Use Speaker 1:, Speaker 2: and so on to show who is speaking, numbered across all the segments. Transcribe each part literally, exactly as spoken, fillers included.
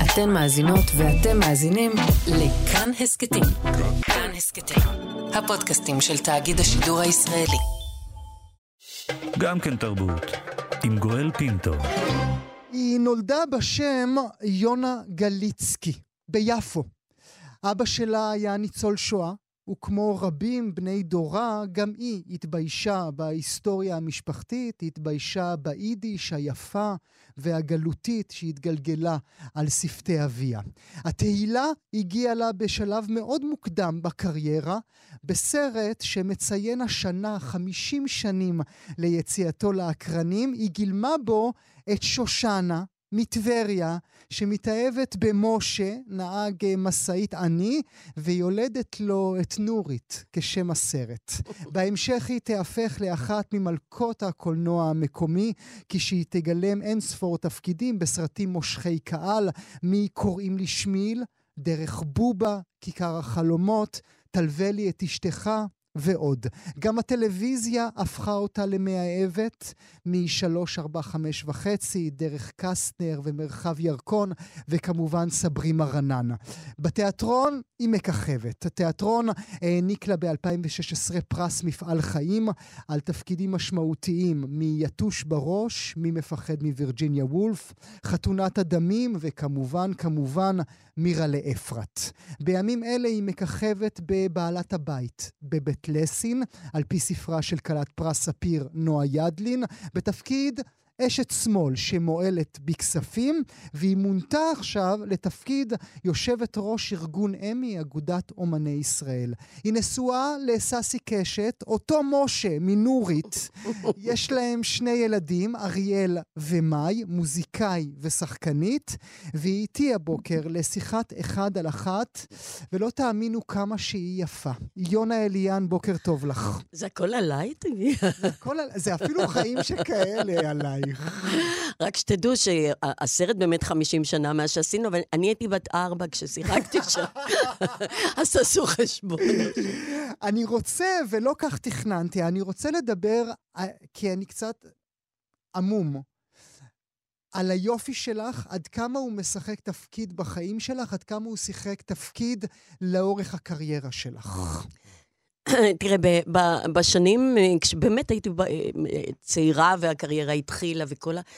Speaker 1: אתן מאזינות ואתם מאזינים לכאן הסקטים. כאן הסקטים, הפודקאסטים של תאגיד השידור הישראלי.
Speaker 2: גם כן תרבות, עם גואל פינטו.
Speaker 3: היא נולדה בשם יונה גליצקי, ביפו. אבא שלה היה ניצול שואה, וכמו רבים בני דורה, גם היא התביישה בהיסטוריה המשפחתית, התביישה ביידיש היפה והגלותית שהתגלגלה על שפתי אביה. התהילה הגיעה לה בשלב מאוד מוקדם בקריירה, בסרט שמציין השנה חמישים שנים ליציאתו לאקרנים, היא גילמה בו את שושנה, מטבריה, שמתאהבת במשה, נהג מסעית עני, ויולדת לו את נורית כשם הסרט. בהמשך היא תהפך לאחת ממלכות הקולנוע המקומי, כשהיא תגלם אין ספור תפקידים בסרטים מושכי קהל, מקוראים לי שמיל, דרך בובה, כיכר החלומות, תלווה לי את אשתך, ועוד. גם הטלוויזיה הפכה אותה למאהבת משלוש, ארבע, חמש וחצי, דרך קסטנר ומרחב ירקון, וכמובן סברי מרנן. בתיאטרון היא מככבת. התיאטרון העניק לה ב-אלפיים ושש עשרה פרס מפעל חיים על תפקידים משמעותיים מיתוש בראש, מי מפחד מווירג'יניה וולף, חתונת הדמים, וכמובן, כמובן, מירה לאפרת. בימים אלה היא מככבת בבעלת הבית, בבית לסין, על פי ספרה של כלת פרס ספיר נועה ידלין, בתפקיד אשת שמאל שמועלת בכספים, והיא מונתה עכשיו לתפקיד יושבת ראש ארגון אמי, אגודת אומני ישראל. היא נשואה לססי קשת, אותו משה מנורית. יש להם שני ילדים, אריאל ומאי, מוזיקאי ושחקנית, והיא איתי הבוקר לשיחת אחד על אחת, ולא תאמינו כמה שהיא יפה. יונה אליאן, בוקר טוב לך.
Speaker 4: זה הכל עליי, תגיד.
Speaker 3: זה, הכל, זה אפילו חיים שכאלה עליי.
Speaker 4: רק שתדעו שהסרט באמת חמישים שנה מה שעשינו, אבל אני הייתי בת ארבע כששיחקתי שם. אז תעשו חשבון.
Speaker 3: אני רוצה, ולא כך תכננתי, אני רוצה לדבר, כי אני קצת עמום, על היופי שלך, עד כמה הוא משחק תפקיד בחיים שלך, עד כמה הוא שיחק תפקיד לאורך הקריירה שלך.
Speaker 4: תראה, בשנים, כשבאמת הייתי צעירה והקריירה התחילה וכל ה...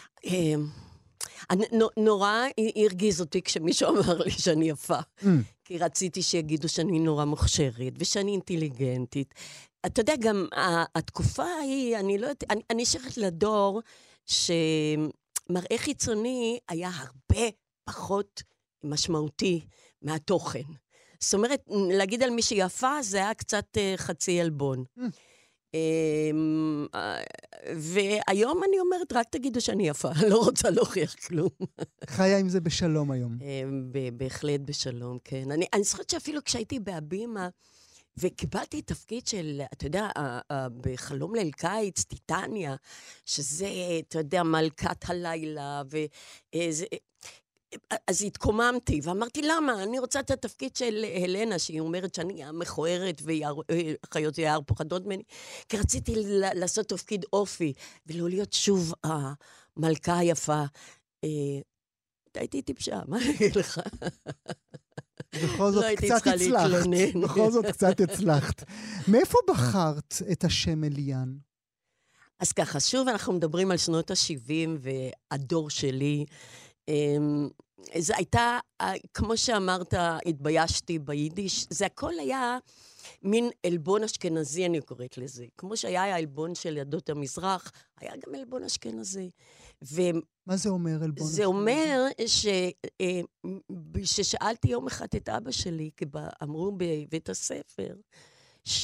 Speaker 4: נורא הרגיז אותי כשמישהו אמר לי שאני יפה. כי רציתי שיגידו שאני נורא מוכשרת ושאני אינטליגנטית. אתה יודע, גם התקופה היא, אני לא יודעת, אני שייכת לדור שמראה חיצוני היה הרבה פחות משמעותי מהתוכן. זאת אומרת, להגיד על מי שיפה, זה היה קצת uh, חצי אלבון. Mm. Um, uh, והיום אני אומרת, רק תגידו שאני יפה, לא רוצה להוכיח כלום.
Speaker 3: חיה עם זה בשלום היום.
Speaker 4: Um, ב- בהחלט בשלום, כן. אני, אני זוכרת שאפילו כשהייתי בהבימה, וקיבלתי תפקיד של, אתה יודע, uh, uh, בחלום ליל קיץ, טיטניה, שזה, אתה יודע, מלכת הלילה, וזה... Uh, אז התקוממתי, ואמרתי, למה? אני רוצה את התפקיד של הלנה, שהיא אומרת שאני המכוערת וחיות יער פוחדות ממני, כי רציתי לעשות תפקיד אופי, ולא להיות שוב המלכה היפה. הייתי טיפשה, מה אני אגיד לך?
Speaker 3: בכל זאת קצת הצלחת. בכל זאת קצת הצלחת. מאיפה בחרת את השם אליאן?
Speaker 4: אז ככה, שוב אנחנו מדברים על שנות ה-שבעים, והדור שלי... זה הייתה, כמו שאמרת, התביישתי ביידיש, זה הכל היה מין אלבון אשכנזי, אני קוראת לזה. כמו שהיה האלבון של יהדות המזרח, היה גם אלבון אשכנזי.
Speaker 3: מה זה אומר אלבון אשכנזי?
Speaker 4: זה אומר ש, ששאלתי יום אחד את אבא שלי, כי אמרו בבית הספר, ש...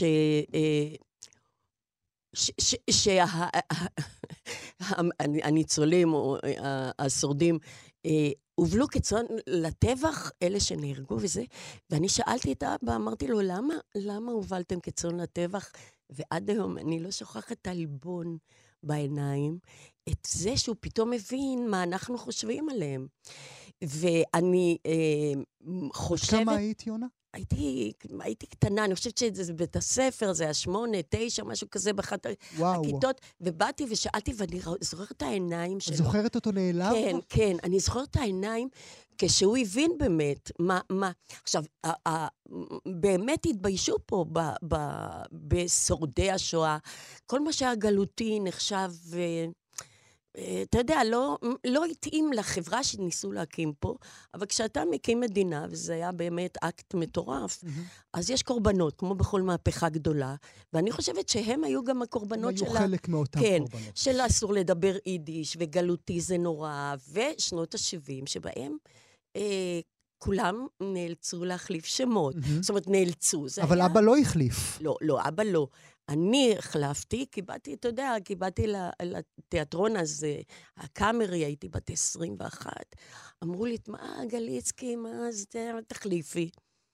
Speaker 4: שהניצולים או השורדים הובלו כצאן לטבח, אלה שנהרגו וזה, ואני שאלתי את האבא, אמרתי לו, למה, למה הובלתם כצאן לטבח? ועד היום אני לא שוכחת את הלבון בעיניים, את זה שהוא פתאום מבין מה אנחנו חושבים עליהם. ואני אה, חושבת...
Speaker 3: כמה היית, יונה?
Speaker 4: הייתי, הייתי קטנה, אני חושבת שזה בית הספר, זה השמונה, תשע, משהו כזה באחת הכיתות, ובאתי ושאלתי, ואני זוכרת את העיניים שלו.
Speaker 3: זוכרת אותו נעלב?
Speaker 4: כן, כן, אני זוכרת את העיניים, כשהוא הבין באמת מה, מה, עכשיו, ה, ה, באמת התביישו פה ב, ב, בשורדי השואה, כל מה שהיה גלותי נחשב, אתה יודע, לא, לא התאים לחברה שניסו להקים פה, אבל כשאתה מקים מדינה, וזה היה באמת אקט מטורף, mm-hmm. אז יש קורבנות, כמו בכל מהפכה גדולה, ואני חושבת שהם היו גם הקורבנות
Speaker 3: של...
Speaker 4: היו
Speaker 3: חלק מאותם
Speaker 4: כן,
Speaker 3: קורבנות.
Speaker 4: של אסור לדבר יידיש, וגלותי זה נורא, ושנות ה-שבעים, שבהם אה, כולם נאלצו להחליף שמות. Mm-hmm. זאת אומרת, נאלצו.
Speaker 3: אבל
Speaker 4: היה...
Speaker 3: אבא לא החליף.
Speaker 4: לא, לא, אבא לא. אני החלפתי, כי באתי, אתה יודע, כי באתי לתיאטרון הזה, הקאמרי, הייתי בת עשרים ואחת. אמרו לי, מה, גליצקי, מה, אז תחליפי.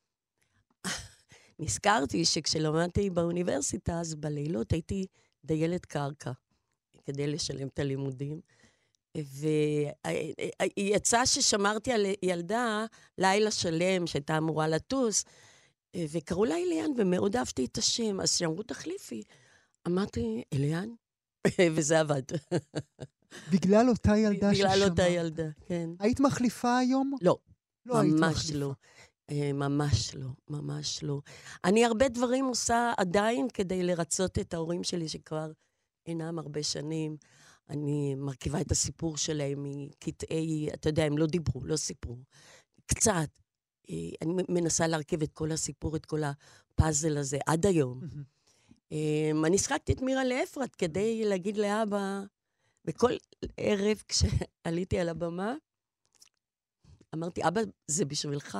Speaker 4: נזכרתי שכשלמדתי באוניברסיטה, אז בלילות הייתי דיילת קרקע, כדי לשלם את הלימודים. ויצא ששמרתי על ילדה לילה שלם, שהייתה אמורה לטוס, וקראו לה אליאן, ומאוד אהבתי את השם, אז שאמרו תחליפי. אמרתי, אליאן? וזה עבד.
Speaker 3: בגלל אותה ילדה ששמעת.
Speaker 4: בגלל אותה ילדה, כן.
Speaker 3: היית מחליפה היום?
Speaker 4: לא,
Speaker 3: לא היית
Speaker 4: ממש
Speaker 3: מחליפה.
Speaker 4: לא. ממש לא, ממש לא. אני הרבה דברים עושה עדיין כדי לרצות את ההורים שלי, שכבר אינם הרבה שנים. אני מרכיבה את הסיפור שלהם מקטעי, אתה יודע, הם לא דיברו, לא סיפרו. קצת. אני מנסה להרכיב את כל הסיפור, את כל הפאזל הזה, עד היום. אני שחקתי את מירה לאפרת כדי להגיד לאבא, בכל ערב כשעליתי על הבמה, אמרתי, אבא, זה בשבילך.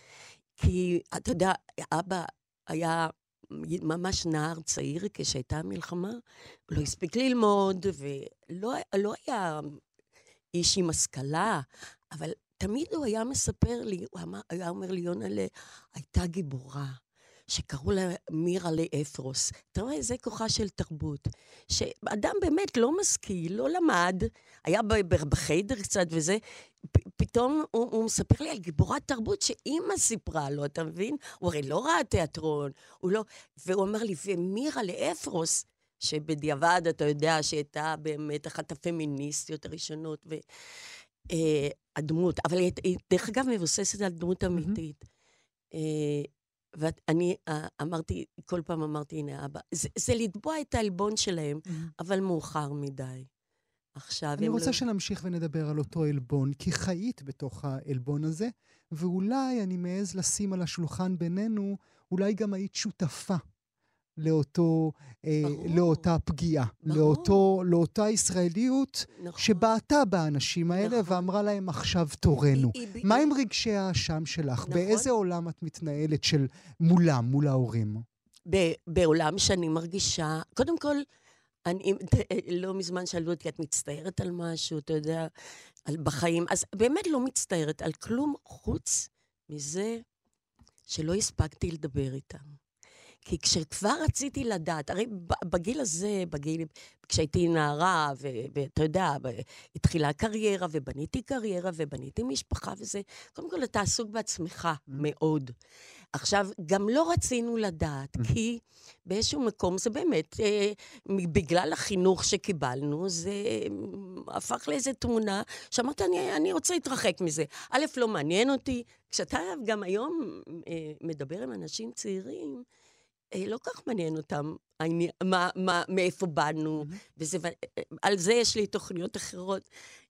Speaker 4: כי, אתה יודע, אבא היה ממש נער צעיר כשהייתה המלחמה, הוא לא הספיק ללמוד, ולא לא היה איש עם השכלה, אבל תמיד הוא היה מספר לי, הוא אמר, היה אומר לי, יונלה, הייתה גיבורה, שקראו לה מירה לאפרוס. אתה רואה, זה כוחה של תרבות. שאדם באמת לא משכיל, לא למד, היה בחיידר קצת וזה, פ- פתאום הוא, הוא מספר לי על גיבורת תרבות שאימא סיפרה לו, אתה מבין? הוא הרי לא ראה תיאטרון, הוא לא... והוא אמר לי, ומירה לאפרוס, שבדיעבד אתה יודע שהייתה באמת אחת הפמיניסטיות הראשונות, ו... אה, הדמות, אבל היא, היא דרך אגב מבוססת על דמות אמיתית. Mm-hmm. אה, ואני אמרתי, כל פעם אמרתי, הנה אבא, זה, זה לתבוע את האלבון שלהם, mm-hmm. אבל מאוחר מדי. עכשיו
Speaker 3: אני רוצה
Speaker 4: לא...
Speaker 3: שנמשיך ונדבר על אותו אלבון, כי חיית בתוך האלבון הזה, ואולי אני מעז לשים על השולחן בינינו, אולי גם היית שותפה לאותו, אה, לאותה פגיעה, לאותו, לאותה ישראליות נכון. שבעתה באנשים האלה נכון. ואמרה להם עכשיו תורנו. היא, היא, מה עם רגשי האשם שלך? נכון. באיזה עולם את מתנהלת של מולם, מול ההורים?
Speaker 4: ב- בעולם שאני מרגישה, קודם כל, אני, לא מזמן שאלו אותי, את מצטערת על משהו, אתה יודע, על בחיים, אז באמת לא מצטערת על כלום חוץ מזה שלא הספקתי לדבר איתם. כי כשכבר רציתי לדעת, הרי בגיל הזה, בגיל, כשהייתי נערה, ואתה יודע, התחילה קריירה, ובניתי קריירה, ובניתי משפחה וזה, קודם כל אתה עסוק בעצמך מאוד. עכשיו, גם לא רצינו לדעת, כי באיזשהו מקום זה באמת, אה, בגלל החינוך שקיבלנו, זה אה, הפך לאיזו תמונה, שאמרת, אני, אני רוצה להתרחק מזה. א', לא מעניין אותי, כשאתה גם היום אה, מדבר עם אנשים צעירים, לא כך מעניין אותם, מה, מה, מאיפה באנו, mm-hmm. וזה, על זה יש לי תוכניות אחרות.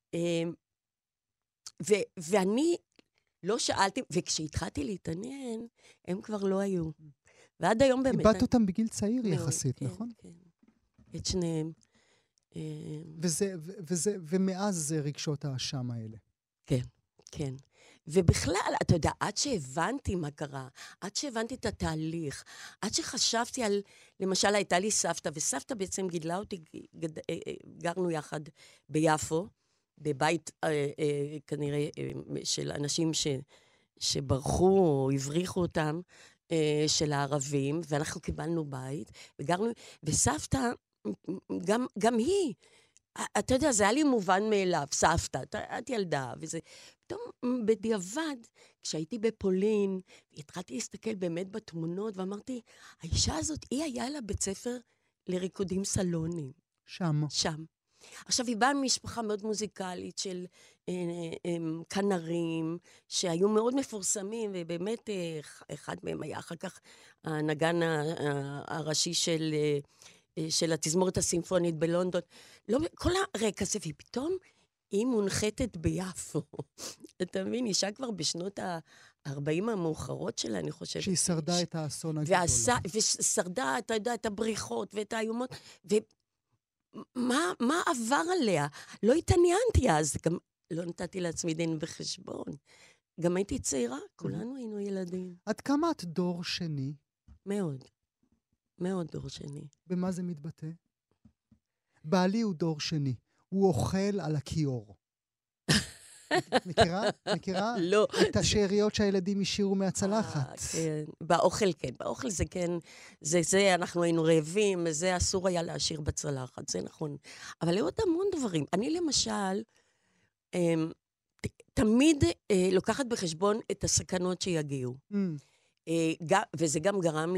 Speaker 4: ו, ואני לא שאלתי, וכשהתחלתי להתעניין, הם כבר לא היו. ועד היום באמת...
Speaker 3: איבדת אותם בגיל צעיר מאוד, יחסית,
Speaker 4: כן,
Speaker 3: נכון?
Speaker 4: כן, את שניהם.
Speaker 3: וזה, וזה, ומאז זה רגשות האשם האלה.
Speaker 4: כן, כן. ובכלל, אתה יודע, עד שהבנתי מה קרה, עד שהבנתי את התהליך, עד שחשבתי על, למשל, הייתה לי סבתא, וסבתא בעצם גידלה אותי, גד, גרנו יחד ביפו, בבית אה, אה, כנראה אה, של אנשים ש, שברחו או הבריחו אותם, אה, של הערבים, ואנחנו קיבלנו בית, וגרנו, וסבתא, גם, גם היא, אתה יודע, זה היה לי מובן מאליו, סבתא, את ילדה, וזה... פתאום בדיעבד, כשהייתי בפולין, התחלתי להסתכל באמת בתמונות, ואמרתי, האישה הזאת, היא היה לה בית ספר לריקודים סלונים.
Speaker 3: שם.
Speaker 4: שם. עכשיו, היא באה ממשפחה מאוד מוזיקלית של אה, אה, כנרים, שהיו מאוד מפורסמים, ובאמת אה, אחד מהם היה אחר כך הנגן ה- ה- הראשי של, אה, אה, של התזמורת הסימפונית בלונדון. לא, כל הרקע הזה, ופתאום היא מונחתת ביפו. אתה מבין, אישה כבר בשנות ה-ארבעים המאוחרות שלה, אני חושבת.
Speaker 3: שהיא שרדה
Speaker 4: ש-
Speaker 3: את האסון הגדול.
Speaker 4: ועשה, ושרדה, אתה יודע, את הבריחות ואת האיומות, ומה מה עבר עליה? לא התעניינתי אז, גם לא נתתי לעצמי דין בחשבון. גם הייתי צעירה, כולנו היינו ילדים.
Speaker 3: עד כמה את דור שני?
Speaker 4: מאוד, מאוד דור שני.
Speaker 3: במה זה מתבטא? בעלי הוא דור שני. הוא אוכל על הכיור. מכירה? מכירה?
Speaker 4: לא.
Speaker 3: את השאריות שהילדים השאירו מהצלחת.
Speaker 4: אה, כן, באוכל כן, באוכל זה כן, זה זה, אנחנו היינו רעבים, זה אסור היה להשאיר בצלחת, זה נכון. אבל היו עוד המון דברים. אני למשל, אמ, ת- תמיד אה, לוקחת בחשבון את הסכנות שיגיעו.
Speaker 3: Mm.
Speaker 4: אה, ג- וזה גם גרם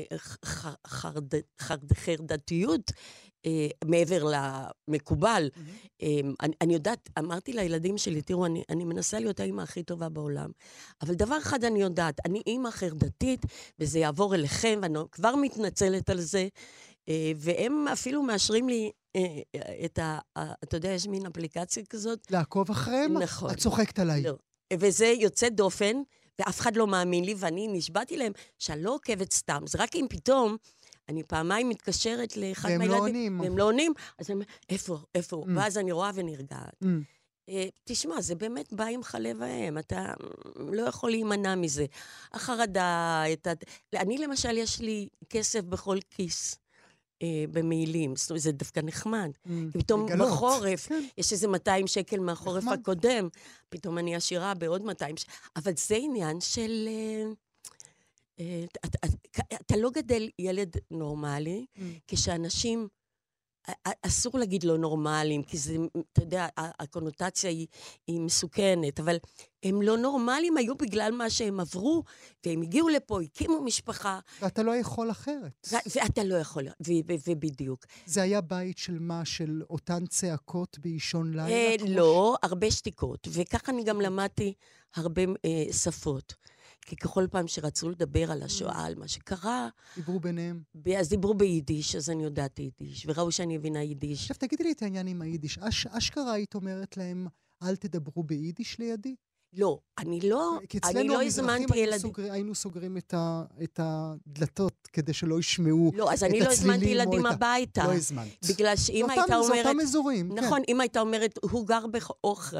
Speaker 4: לחרדתיות אה, מעבר למקובל. אה, אני, אני יודעת, אמרתי לילדים שלי, תראו, אני, אני מנסה להיות האמא הכי טובה בעולם, אבל דבר אחד אני יודעת, אני אמא חרדתית, וזה יעבור אליכם, ואני כבר מתנצלת על זה, אה, והם אפילו מאשרים לי אה, את ה... ה- אתה יודע, יש מין אפליקציה כזאת,
Speaker 3: לעקוב אחריהם?
Speaker 4: נכון.
Speaker 3: את צוחקת עליי.
Speaker 4: לא. וזה יוצא דופן, ואף אחד לא מאמין לי, ואני נשבעתי להם שאני לא עוקבת סתם. זה רק אם פתאום אני פעמיים מתקשרת לאחד
Speaker 3: והם לא
Speaker 4: מהילדים,
Speaker 3: עונים.
Speaker 4: והם לא עונים, אז אני אומרת, איפה, איפה?
Speaker 3: Mm.
Speaker 4: ואז אני רואה ונרגעת.
Speaker 3: Mm.
Speaker 4: אה, תשמע, זה באמת בא עם חלב האם, אתה לא יכול להימנע מזה. החרדה, את ה... אני למשל, יש לי כסף בכל כיס. אה, במעילים, זאת אומרת, זה דווקא נחמד.
Speaker 3: Mm.
Speaker 4: כי פתאום
Speaker 3: לגלות.
Speaker 4: בחורף,
Speaker 3: כן.
Speaker 4: יש איזה מאתיים שקל מהחורף
Speaker 3: נחמד.
Speaker 4: הקודם, פתאום אני עשירה בעוד מאתיים שקל. אבל זה עניין של... אה, אה, אתה- אתה- אתה לא גדל ילד נורמלי,
Speaker 3: Mm.
Speaker 4: כשאנשים... א- א- אסור להגיד לא נורמליים, כי זה, אתה יודע, ה- הקונוטציה היא, היא מסוכנת, אבל הם לא נורמליים היו בגלל מה שהם עברו, והם הגיעו לפה, הקימו משפחה,
Speaker 3: ואתה לא יכול אחרת.
Speaker 4: ו- ואתה לא יכול, ו- ו- ובדיוק.
Speaker 3: זה היה בית של מה? של אותן צעקות באישון לילה?
Speaker 4: אה,
Speaker 3: כמו
Speaker 4: לא, הרבה שתיקות, וככה אני גם למדתי הרבה אה, שפות. כי ככל פעם שרצו לדבר על השואה, על מה שקרה,
Speaker 3: דיברו ביניהם.
Speaker 4: ב- אז דיברו ביידיש, אז אני יודעת יידיש, וראו שאני מבינה יידיש.
Speaker 3: עכשיו, תגידי לי את העניין עם היידיש. אש, אשכרה היית אומרת להם, אל תדברו ביידיש לידי?
Speaker 4: לא, אני לא,
Speaker 3: כי
Speaker 4: אני
Speaker 3: אצלנו
Speaker 4: לא
Speaker 3: המזרחים
Speaker 4: הזמנתי
Speaker 3: היינו
Speaker 4: ילדים.
Speaker 3: סוגר, היינו סוגרים את, ה, את הדלתות כדי שלא ישמעו
Speaker 4: לא, אז
Speaker 3: את
Speaker 4: אני לא הזמנתי
Speaker 3: הצלילים או
Speaker 4: ילדים
Speaker 3: את ה-
Speaker 4: הביתה.
Speaker 3: לא הזמנת.
Speaker 4: בגלל שאם
Speaker 3: זה
Speaker 4: הייתה
Speaker 3: אותם- זה
Speaker 4: אומרת...
Speaker 3: אותם אזורים,
Speaker 4: נכון, אם הייתה אומרת, הוא גר באוכל.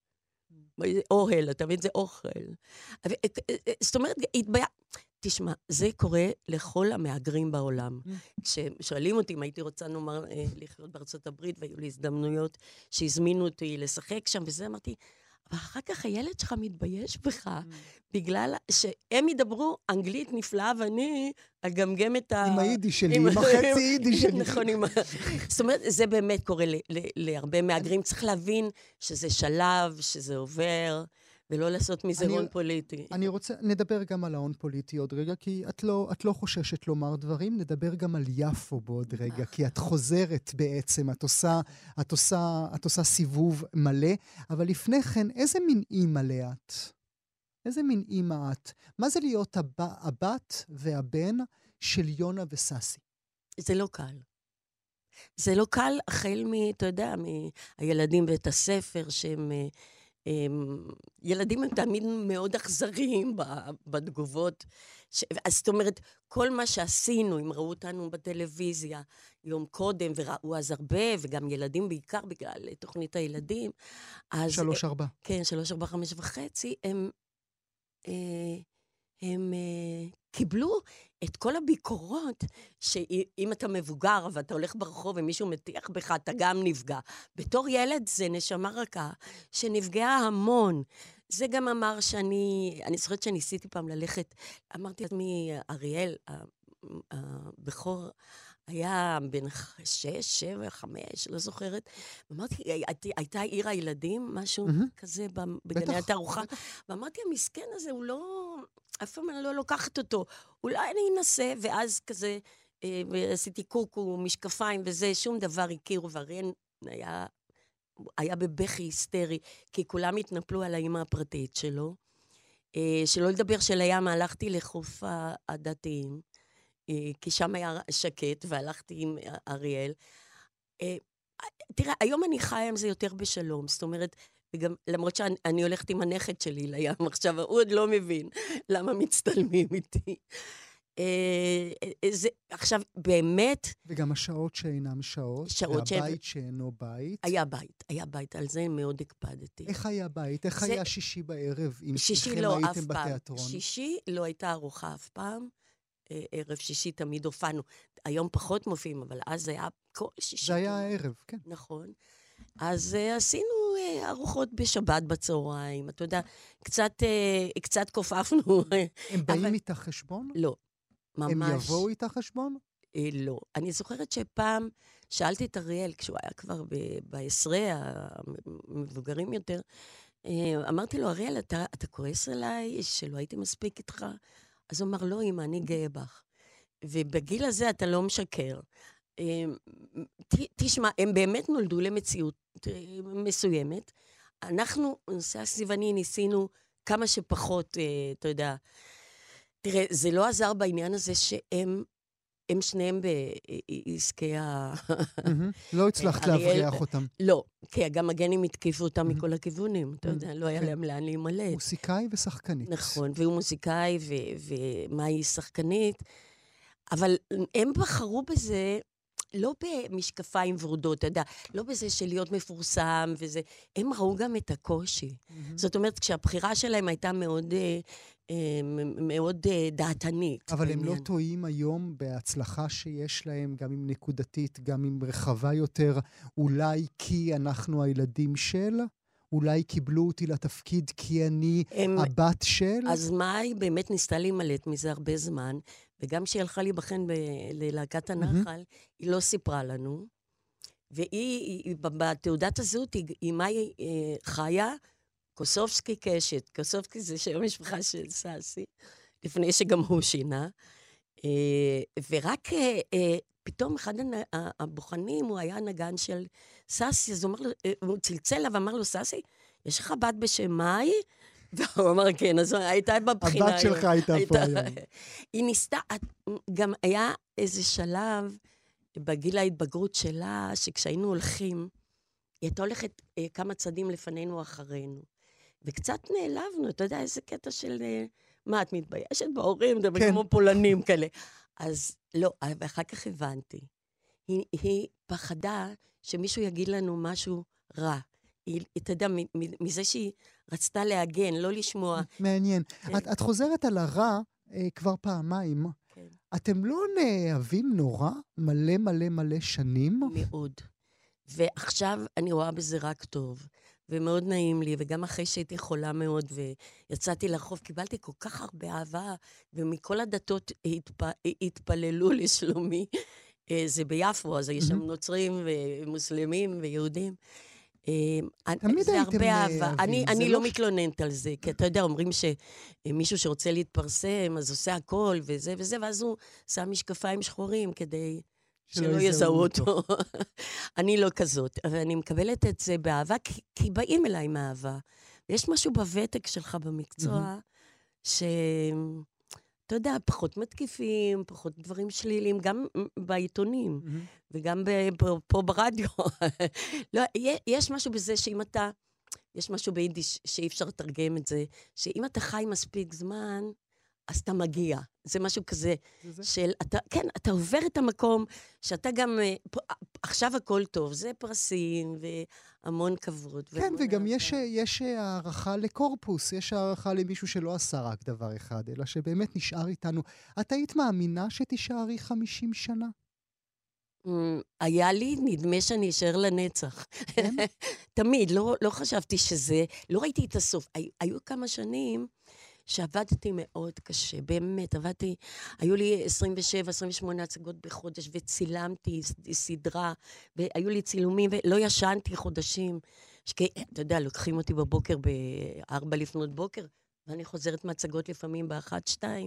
Speaker 4: אוהל, אתה מבין? זה אוכל. אבל, אה, אה, זאת אומרת, התביא... תשמע, זה קורה לכל המהגרים בעולם. כששואלים אותי אם הייתי רוצה, נאמר, אה, לחיות בארצות הברית, והיו לי הזדמנויות שהזמינו אותי לשחק שם, וזה אמרתי, אבל אחר כך הילד שלך מתבייש בך, בגלל שהם ידברו אנגלית נפלאה, ואני אגמגם את ה...
Speaker 3: עם היידיש שלי,
Speaker 4: עם
Speaker 3: עם החצי יידיש שלי.
Speaker 4: נכון, עם ה... זאת אומרת, זה באמת קורה ל- ל- להרבה מהגרים. צריך להבין שזה שלב, שזה עובר, ולא לעשות מזה
Speaker 3: אני-
Speaker 4: הון פוליטי.
Speaker 3: אני רוצה, נדבר גם על ההון פוליטי עוד רגע, כי את לא, את לא חוששת לומר דברים, נדבר גם על יפו בעוד רגע, כי את חוזרת בעצם, את עושה, את עושה, את עושה סיבוב מלא, אבל לפני כן, איזה מין אימא את? איזה מין אימא את? מה זה להיות הב, הבת והבן של יונה וססי?
Speaker 4: זה לא קל. זה לא קל החל מ, אתה יודע, מהילדים בית הספר, שהם... אה, הם, ילדים הם תמיד מאוד אכזריים ב- בתגובות. ש... אז זאת אומרת, כל מה שעשינו, אם ראו אותנו בטלוויזיה יום קודם, וראו אז הרבה, וגם ילדים בעיקר בגלל תוכנית הילדים, אז...
Speaker 3: שלוש ארבע.
Speaker 4: כן, שלוש, ארבע, חמש וחצי, הם, אה, הם אה, קיבלו את כל הביקורות, שאם אתה מבוגר ואתה הולך ברחוב ומישהו מטיח בך, אתה גם נפגע. בתור ילד זה נשמה רכה, שנפגעה המון. זה גם אמר שאני, אני זוכרת שניסיתי פעם ללכת, אמרתי לעצמי, אריאל, הבכור, היה בן שש, שבע, חמש, לא זוכרת. אמרתי, הי- הייתה עיר הילדים, משהו
Speaker 3: מהמם.
Speaker 4: כזה ב- בגני
Speaker 3: בטח,
Speaker 4: התערוכה.
Speaker 3: בטח.
Speaker 4: ואמרתי, המסכן הזה, הוא לא... אף פעם אני לא לוקחת אותו. אולי אני אנסה, ואז כזה, אה, ועשיתי קוקו, משקפיים וזה, שום דבר הכירו, ואריאל היה, היה בבכי היסטרי, כי כולם התנפלו על האמא הפרטית שלו. שלא לדבר שלים, הלכתי לחוף הדתיים, כי שם היה שקט, והלכתי עם אריאל. תראה, היום אני חיה עם זה יותר בשלום, זאת אומרת, וגם, למרות שאני הולכת עם הנכד שלי לים, עכשיו הוא עוד לא מבין למה מצטלמים איתי. זה, עכשיו, באמת...
Speaker 3: וגם השעות שאינם שעות, והבית שאינו בית.
Speaker 4: היה בית, היה בית, על זה מאוד הקפדתי.
Speaker 3: איך היה בית? איך היה שישי בערב, אם
Speaker 4: שישי לא אף פעם. שישי לא הייתה ארוחה אף פעם, ערב שישי תמיד הופענו. היום פחות מופיעים, אבל אז זה היה כל שישי.
Speaker 3: זה היה הערב, כן.
Speaker 4: נכון. אז עשינו ארוחות בשבת בצהריים, אתה יודע, קצת, קצת כופפנו.
Speaker 3: הם באים איתך חשבון?
Speaker 4: לא. ממש...
Speaker 3: הם יבואו איתה חשבון?
Speaker 4: אה, לא. אני זוכרת שפעם שאלתי את אריאל, כשהוא היה כבר בעשרה, המבוגרים יותר, אה, אמרתי לו, אריאל, אתה, אתה כועס עליי שלא הייתי מספיק איתך? אז הוא אמר, לא, אמא, אני גאה בך. ובגיל הזה אתה לא משקר. אה, ת, תשמע, הם באמת נולדו למציאות אה, מסוימת. אנחנו, נושא הסביבני, ניסינו כמה שפחות, אה, אתה יודע, תראה, זה לא עזר בעניין הזה שהם, הם שניהם בעסקי ה...
Speaker 3: לא הצלחת להבריח אותם.
Speaker 4: לא, כי גם הגנים התקיפו אותם מכל הכיוונים, אתה יודע, לא היה להם לאן להימלט.
Speaker 3: מוסיקאי ושחקנית.
Speaker 4: נכון, והוא מוסיקאי ומה היא שחקנית, אבל הם בחרו בזה, לא במשקפיים ורודות, אתה יודע, לא בזה של להיות מפורסם וזה, הם ראו גם את הקושי. זאת אומרת, כשהבחירה שלהם הייתה מאוד... מאוד דעתנית.
Speaker 3: אבל הם לא טועים היום בהצלחה שיש להם, גם עם נקודתית, גם עם רחבה יותר, אולי כי אנחנו הילדים של, אולי קיבלו אותי לתפקיד כי אני הם, הבת של.
Speaker 4: אז מאי באמת ניסתה להימלט מזה הרבה זמן, וגם כשהיא הלכה להיבחן ב- ללהקת הנחל, mm-hmm. היא לא סיפרה לנו, והיא, בתעודת הזהות, היא, היא מאי חיה, קוסובסקי קשת, קוסובסקי זה שם המשפחה של סאסי, לפני שגם הוא שינה, ורק פתאום אחד הבוחנים, הוא היה נגן של סאסי, אז הוא צלצל לה ואמר לו, סאסי, יש לך בת בשם מאי? והוא אמר, כן, אז הייתה בבחינה.
Speaker 3: הבת שלך הייתה פה היום.
Speaker 4: היא ניסתה, גם היה איזה שלב בגיל ההתבגרות שלה, שכשהיינו הולכים, היא הייתה הולכת כמה צעדים לפנינו אחרינו. וקצת נעלבנו, אתה יודע, איזה קטע של... מה, את מתביישת בהורים? זה כן. כמו פולנים כאלה. אז לא, ואחר כך הבנתי. היא, היא פחדה שמישהו יגיד לנו משהו רע. היא, אתה יודע, מזה שהיא רצתה להגן, לא לשמוע.
Speaker 3: מעניין. כן. את, את חוזרת על הרע אה, כבר פעמיים. כן. אתם לא נאהבים נורא מלא מלא מלא שנים?
Speaker 4: מאוד. ועכשיו אני רואה בזה רק טוב. ומאוד נעים לי, וגם אחרי שהייתי חולה מאוד, ויצאתי לרחוב, קיבלתי כל כך הרבה אהבה, ומכל הדתות התפ... התפללו לשלומי. זה ביפו, אז יש שם נוצרים ומוסלמים ויהודים.
Speaker 3: תמיד
Speaker 4: זה
Speaker 3: הייתם
Speaker 4: הרבה אהבה. אני, אני לא
Speaker 3: לא
Speaker 4: מתלוננת על זה, כי אתה יודע, אומרים שמישהו שרוצה להתפרסם, אז עושה הכל וזה וזה, ואז הוא שם משקפיים שחורים כדי... שלא יזהו אותו. אני לא כזאת, אבל אני מקבלת את זה באהבה, כי, כי באים אליי מאהבה. ויש משהו בוותק שלך במקצוע, שאתה יודע, פחות מתקיפים, פחות דברים שליליים, גם בעיתונים, וגם פה ברדיו. לא, יש משהו בזה שאם אתה, יש משהו ביידיש שאי אפשר לתרגם את זה, שאם אתה חי מספיק זמן, אז אתה מגיע. זה משהו כזה זה של, אתה, כן, אתה עובר את המקום, שאתה גם, עכשיו הכל טוב, זה פרסים והמון כבוד.
Speaker 3: כן, וגם יש, יש הערכה לקורפוס, יש הערכה למישהו שלא עשה רק דבר אחד, אלא שבאמת נשאר איתנו. את היית מאמינה שתישארי חמישים שנה?
Speaker 4: היה לי, נדמה שאני אשאר לנצח. כן? תמיד, לא, לא חשבתי שזה, לא ראיתי את הסוף. היו, היו כמה שנים, שעבדתי מאוד קשה, באמת, עבדתי, היו לי עשרים ושבע עשרים ושמונה הצגות בחודש, וצילמתי סדרה, והיו לי צילומים, ולא ישנתי חודשים, שכי, אתה יודע, לוקחים אותי בבוקר, בארבע לפנות בוקר, ואני חוזרת מהצגות לפעמים באחת, שתיים,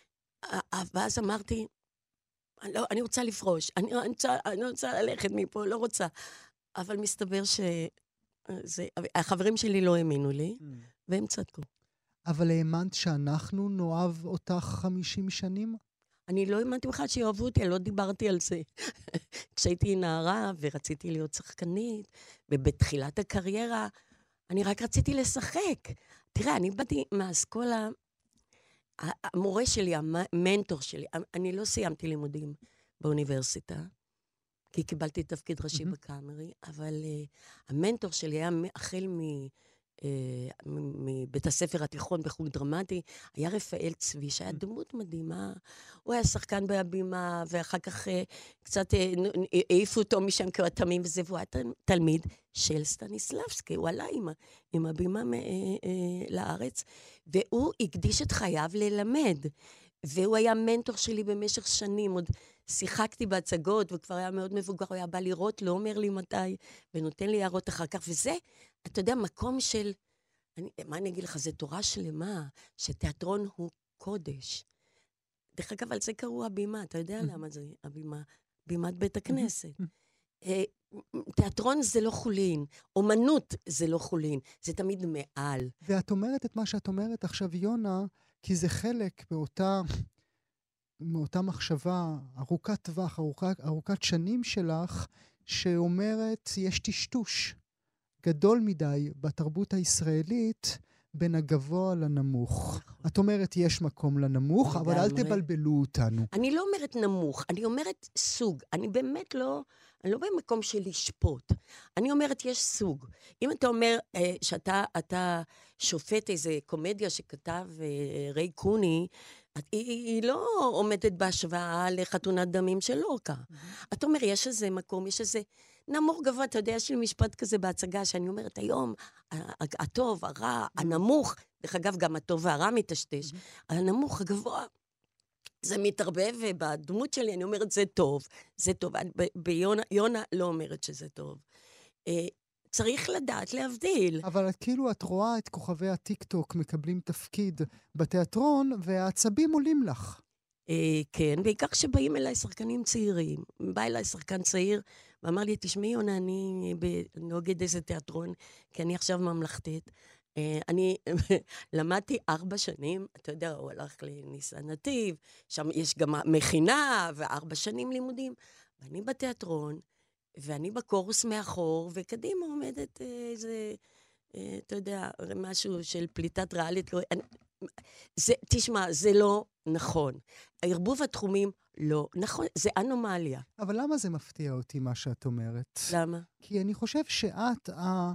Speaker 4: ואז אמרתי, אני, לא, אני רוצה לפרוש, אני, אני, רוצה, אני רוצה ללכת מפה, לא רוצה. אבל מסתבר ש... זה, החברים שלי לא האמינו לי, והם צדקו.
Speaker 3: אבל האמנת שאנחנו נאהב אותך חמישים שנים?
Speaker 4: אני לא האמנתי בכלל שיאהבו אותי, אני לא דיברתי על זה. כשהייתי נערה ורציתי להיות שחקנית, ובתחילת הקריירה, אני רק רציתי לשחק. תראה, אני באתי מהאסכולה, המורה שלי, המנטור שלי, אני לא סיימתי לימודים באוניברסיטה, כי קיבלתי תפקיד ראשי mm-hmm. בקאמרי, אבל uh, המנטור שלי היה החל מ... מבית הספר התיכון בחוג דרמטי, היה רפאל צבי, שהיה דמות מדהימה. הוא היה שחקן בהבימה, ואחר כך קצת העיפו אותו משם כתמים וזה, והוא היה תלמיד של סטניסלבסקי. הוא עלה עם, עם הבימה לארץ, והוא הקדיש את חייו ללמד. והוא היה מנטור שלי במשך שנים, עוד שיחקתי בהצגות, וכבר היה מאוד מבוגר, הוא היה בא לראות, לא אומר לי מתי, ונותן לי הערות אחר כך, וזה, אתה יודע, מקום של, אני, מה אני אגיד לך, זה תורה שלמה, שתיאטרון הוא קודש. דרך אגב, על זה קראו הבימה, אתה יודע למה זה הבימה? בימת בית הכנסת. תיאטרון זה לא חולין, אומנות זה לא חולין, זה תמיד מעל.
Speaker 3: ואת אומרת את מה שאת אומרת עכשיו, יונה, כי זה חלק מאותה, מאותה מחשבה ארוכת טווח, ארוכת, ארוכת שנים שלך, שאומרת, יש טשטוש גדול מדי בתרבות הישראלית, בין הגבוה לנמוך. את אומרת, יש מקום לנמוך, אבל אל תבלבלו אותנו. אני
Speaker 4: לא אומרת נמוך, אני אומרת סוג. אני באמת לא, אני לא במקום של לשפוט. אני אומרת, יש סוג. אם אתה אומר אה, שאתה אתה שופט איזה קומדיה שכתב אה, ריי קוני, היא, היא לא עומדת בהשוואה לחתונת דמים של לורקה. Mm-hmm. אתה אומר, יש איזה מקום, יש איזה נמוך גבוה, אתה יודע, יש לי משפט כזה בהצגה, שאני אומרת, היום, הטוב, הרע, הנמוך, דרך אגב, גם הטוב והרע מתשתש, mm-hmm. הנמוך, הגבוה, זה מתערבב, ובדמות שלי אני אומרת, זה טוב, זה טוב, ביונה, יונה לא אומרת שזה טוב. צריך לדעת להבדיל.
Speaker 3: אבל כאילו את רואה את כוכבי הטיק-טוק מקבלים תפקיד בתיאטרון, והעצבים עולים לך.
Speaker 4: כן, בעיקר כשבאים אליי שחקנים צעירים. בא אליי שחקן צעיר, ואמר לי, תשמעי יונה, אני נוגד איזה תיאטרון, כי אני עכשיו ממלכתית. אני למדתי ארבע שנים, אתה יודע, הוא הלך לניסן נתיב, שם יש גם מכינה, וארבע שנים לימודים. ואני בתיאטרון, ואני בקורוס מאחור, וקדימה עומדת איזה, אתה יודע, משהו של פליטת ריאלית. זה, תשמע, זה לא נכון. הערבוב התחומים לא נכון, זה אנומליה.
Speaker 3: אבל למה זה מפתיע אותי מה שאת אומרת?
Speaker 4: למה?
Speaker 3: כי אני חושב שאת, ה,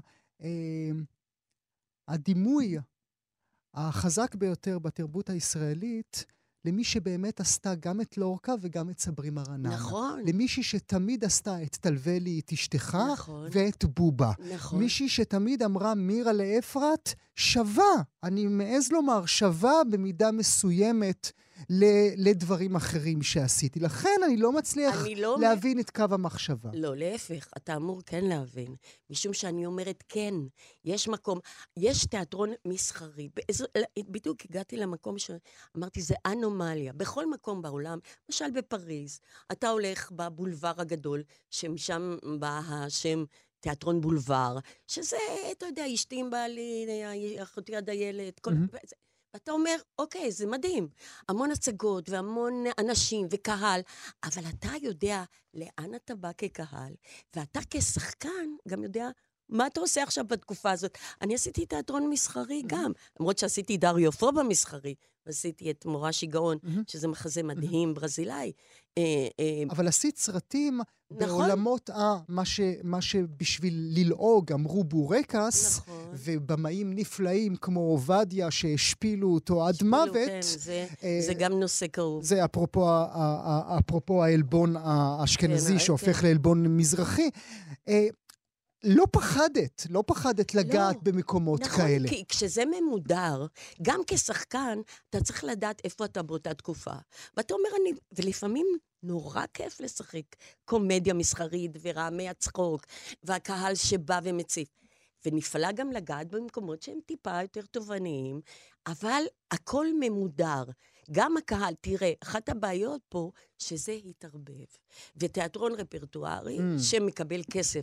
Speaker 3: הדימוי החזק ביותר בתרבות הישראלית, למי שבאמת עשתה גם את לורקה וגם את סברי מרנן.
Speaker 4: נכון.
Speaker 3: למישהי שתמיד עשתה את תלוולי, את אשתך,
Speaker 4: נכון.
Speaker 3: ואת בובה.
Speaker 4: נכון.
Speaker 3: מישהי שתמיד אמרה מירה לאפרת, שווה, אני מעז לומר, שווה במידה מסוימת ל- לדברים אחרים שעשיתי. לכן אני לא מצליח אני לא להבין מ... את קו המחשבה.
Speaker 4: לא, להפך, אתה אמור כן להבין. משום שאני אומרת כן, יש מקום, יש תיאטרון מסחרי. באיזו, בדיוק הגעתי למקום שאמרתי, זה אנומליה. בכל מקום בעולם, למשל בפריז, אתה הולך בבולבר הגדול, שמשם בא השם תיאטרון בולבר, שזה, אתה יודע, אשתים בעלי, אחותי הדיילת, כל... Mm-hmm. ואתה אומר, אוקיי, זה מדהים. המון הצגות והמון אנשים וקהל, אבל אתה יודע לאן אתה בא כקהל, ואתה כשחקן גם יודע מה אתה עושה עכשיו בתקופה הזאת. אני עשיתי תיאטרון מסחרי גם, למרות שעשיתי דריו פו במסחרי, ועשיתי את מורה שיגעון, שזה מחזה מדהים ברזילאי.
Speaker 3: אבל עשית סרטים בעולמות, מה שבשביל ללעוג אמרו בורקס, ובמאים נפלאים כמו עובדיה שהשפילו אותו עד מוות.
Speaker 4: זה גם נושא כאוב.
Speaker 3: זה אפרופו העלבון האשכנזי שהופך לעלבון מזרחי. לא פחדת, לא פחדת לגעת לא, במקומות
Speaker 4: נכון,
Speaker 3: כאלה.
Speaker 4: כי כשזה ממודר, גם כשחקן, אתה צריך לדעת איפה אתה באותה תקופה. ואתה אומר, אני, ולפעמים נורא כיף לשחק קומדיה מסחרית ורעמי הצחוק, והקהל שבא ומציף. ונפעלה גם לגעת במקומות שהם טיפה יותר תובעניים, אבל הכל ממודר. גם הקהל, תראה, אחת הבעיות פה, שזה התערבב. ותיאטרון רפרטוארי, mm. שמקבל כסף,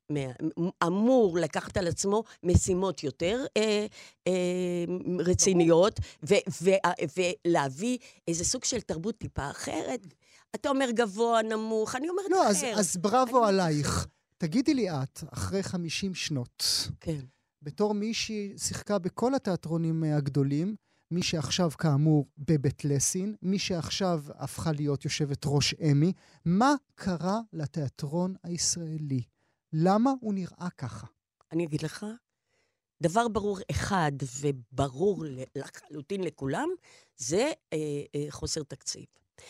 Speaker 4: אמור לקחת על עצמו משימות יותר אה, אה, רציניות, ו, ו, ולהביא איזה סוג של תרבות טיפה אחרת. אתה אומר גבוה, נמוך, אני אומרת
Speaker 3: לא,
Speaker 4: אחר.
Speaker 3: אז, אז בראבו עלייך. תגידי לי את, אחרי חמישים שנות,
Speaker 4: כן.
Speaker 3: בתור מי ששיחקה בכל התיאטרונים הגדולים, מי שעכשיו כאמור בבית לסין, מי שעכשיו הפכה להיות יושבת ראש אמי, מה קרה לתיאטרון הישראלי? למה הוא נראה ככה?
Speaker 4: אני אגיד לך, דבר ברור אחד וברור לחלוטין לכולם, זה אה, אה, חוסר תקציב.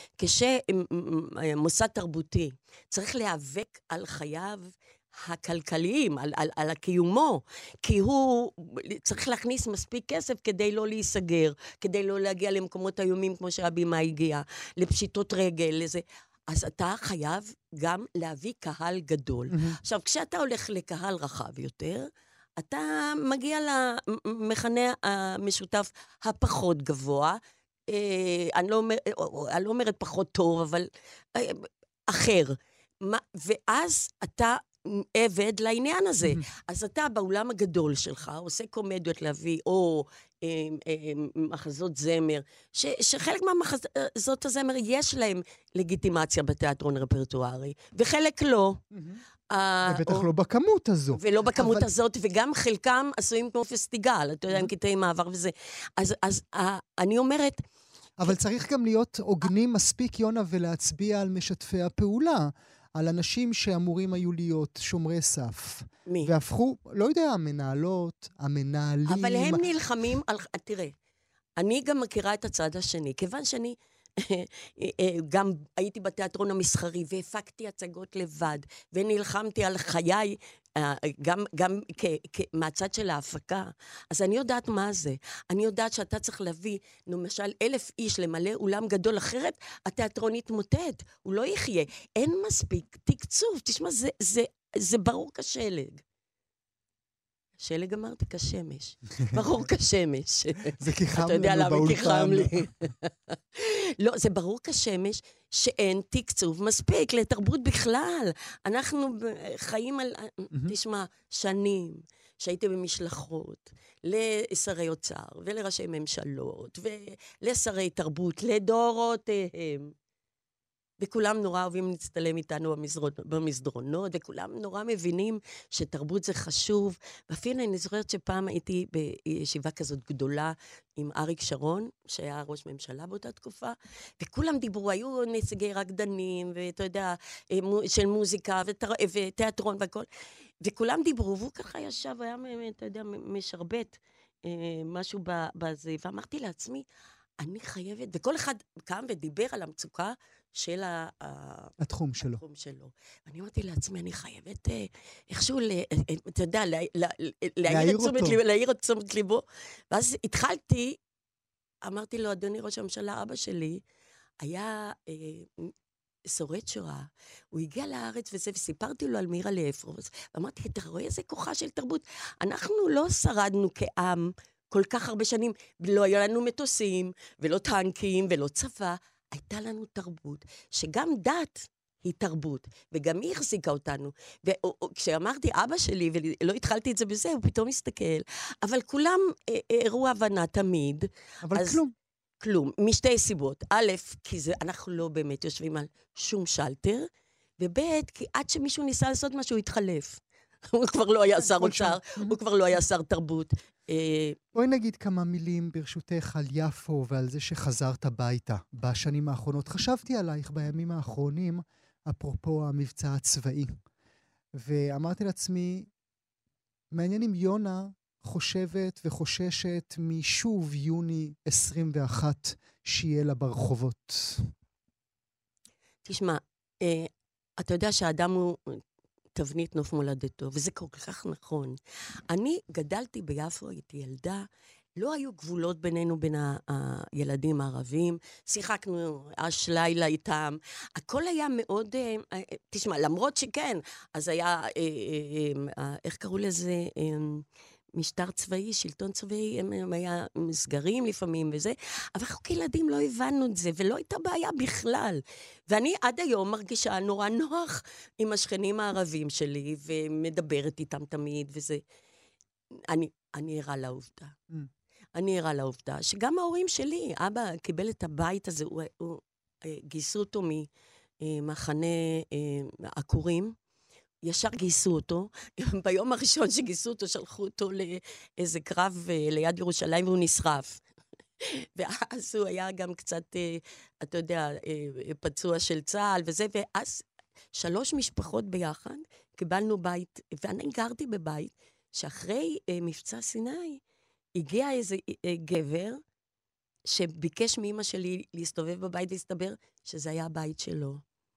Speaker 4: כשמוסד תרבותי צריך להיאבק על חייו הכלכליים, על, על, על הקיומו, כי הוא צריך להכניס מספיק כסף כדי לא להיסגר, כדי לא להגיע למקומות איומים כמו שהבימה הגיעה, לפשיטות רגל, לזה. אז אתה חייב גם להביא קהל גדול. Mm-hmm. עכשיו, כשאתה הולך לקהל רחב יותר, אתה מגיע למכנה המשותף הפחות גבוה, אה, אני, לא אומר, אני לא אומרת פחות טוב, אבל אה, אחר. מה, ואז אתה עבד לעניין הזה. Mm-hmm. אז אתה באולם הגדול שלך עושה קומדיות להביא, או אה, אה, מחזות זמר, ש, שחלק מהמחזות הזמר יש להם לגיטימציה בתיאטרון רפרטוארי, וחלק לא. Mm-hmm.
Speaker 3: ובטח לא בכמות הזו.
Speaker 4: ולא בכמות הזאת, וגם חלקם עשויים כמו פסטיגל, אתה יודע, עם קטעי מעבר וזה. אז, אז אני אומרת...
Speaker 3: אבל צריך גם להיות עוגנים מספיק, יונה, ולהצביע על משתפי הפעולה, על אנשים שאמורים היו להיות שומרי סף.
Speaker 4: מי?
Speaker 3: והפכו, לא יודע, המנהלות, המנהלים...
Speaker 4: אבל הם נלחמים על... תראה, אני גם מכירה את הצד השני, כיוון שאני... גם הייתי בתיאטרון המסחרי, והפקתי הצגות לבד, ונלחמתי על חיי, גם, גם כ, כ, מהצד של ההפקה. אז אני יודעת מה זה. אני יודעת שאתה צריך להביא, למשל, אלף איש למלא אולם גדול, אחרת התיאטרון יתמוטט, הוא לא יחיה. אין מספיק תקצוב. תשמע, זה, זה, זה ברור כשלג. שלג אמרתי כשמש. ברור כשמש.
Speaker 3: זה כי חם
Speaker 4: אתה יודע
Speaker 3: לנו
Speaker 4: למה כי חם לי.
Speaker 3: באולפן.
Speaker 4: לא, זה ברור כשמש שאין תקצוב מספיק לתרבות בכלל. אנחנו חיים על, תשמע, שנים שהייתי במשלחות לשרי אוצר ולראשי ממשלות ולשרי תרבות, לדורותיהם. וכולם נורא אוהבים להצטלם איתנו במסדרונות, וכולם נורא מבינים שתרבות זה חשוב. ואפילו אני זוכרת שפעם הייתי בישיבה כזאת גדולה עם אריק שרון, שהיה ראש ממשלה באותה תקופה, וכולם דיברו, היו נציגי רקדנים, ואתה יודע, של מוזיקה ותיאטרון והכל, וכולם דיברו, והוא ככה ישב, היה, אתה יודע, משרבט משהו בזה, ואמרתי לעצמי, אני חייבת, וכל אחד קם ודיבר על המצוקה של
Speaker 3: התחום שלו.
Speaker 4: התחום שלו. ואני אמרתי לעצמי, אני חייבת איכשהו, אתה יודע, להעיר את תשומת ליבו. ואז התחלתי, אמרתי לו, אדוני ראש הממשלה, אבא שלי היה שורד שואה, הוא הגיע לארץ וזה, וסיפרתי לו על מירה לאפרוס, ואמרתי, אתה רואה איזה כוחה של תרבות? אנחנו לא שרדנו כעם, כל כך הרבה שנים, לא היה לנו מטוסים, ולא טנקים, ולא צבא, הייתה לנו תרבות, שגם דת היא תרבות, וגם היא החזיקה אותנו. וכשאמרתי אבא שלי, ולא התחלתי את זה בזה, הוא פתאום מסתכל, אבל כולם הראו הבנה תמיד.
Speaker 3: אבל אז, כלום.
Speaker 4: כלום, משתי סיבות. א', כי זה, אנחנו לא באמת יושבים על שום שלטר, וב', כי עד שמישהו ניסה לעשות משהו, הוא התחלף. הוא כבר לא היה שר אוצר, הוא כבר לא היה שר תרבות.
Speaker 3: בואי נגיד כמה מילים ברשותך על יפו ועל זה שחזרת הביתה בשנים האחרונות. חשבתי עלייך בימים האחרונים, אפרופו המבצע הצבאי. ואמרתי לעצמי, מעניין אם יונה חושבת וחוששת משוב יוני עשרים ואחת שיהיה לה ברחובות.
Speaker 4: תשמע, אתה יודע שהאדם הוא תבנית נוף מולדתו, וזה כל כך נכון. אני גדלתי ביפו, הייתי ילדה, לא היו גבולות בינינו, בין הילדים הערבים, שיחקנו אש לילה איתם, הכל היה מאוד, תשמע, למרות שכן, אז היה, איך קראו לזה, משטר צבאי, שלטון צבאי, הם, הם היה מסגרים לפעמים וזה, אבל אנחנו כילדים לא הבנו את זה, ולא הייתה בעיה בכלל. ואני עד היום מרגישה נורא נוח עם השכנים הערבים שלי, ומדברת איתם תמיד, וזה... אני, אני ערה לעובדה. Mm. אני ערה לעובדה, שגם ההורים שלי, אבא קיבל את הבית הזה, הוא, הוא, הוא גייסו אותו ממחנה עקורים, ישר גייסו אותו, ביום הראשון שגייסו אותו, שלחו אותו לאיזה קרב ליד ירושלים, והוא נשרף. ואז הוא היה גם קצת, אתה יודע, פצוע של צה"ל וזה, ואז שלוש משפחות ביחד, קיבלנו בית, ואני גרתי בבית, שאחרי מבצע סיני, הגיע איזה גבר, שביקש מאמא שלי להסתובב בבית, והסתבר שזה היה הבית שלו.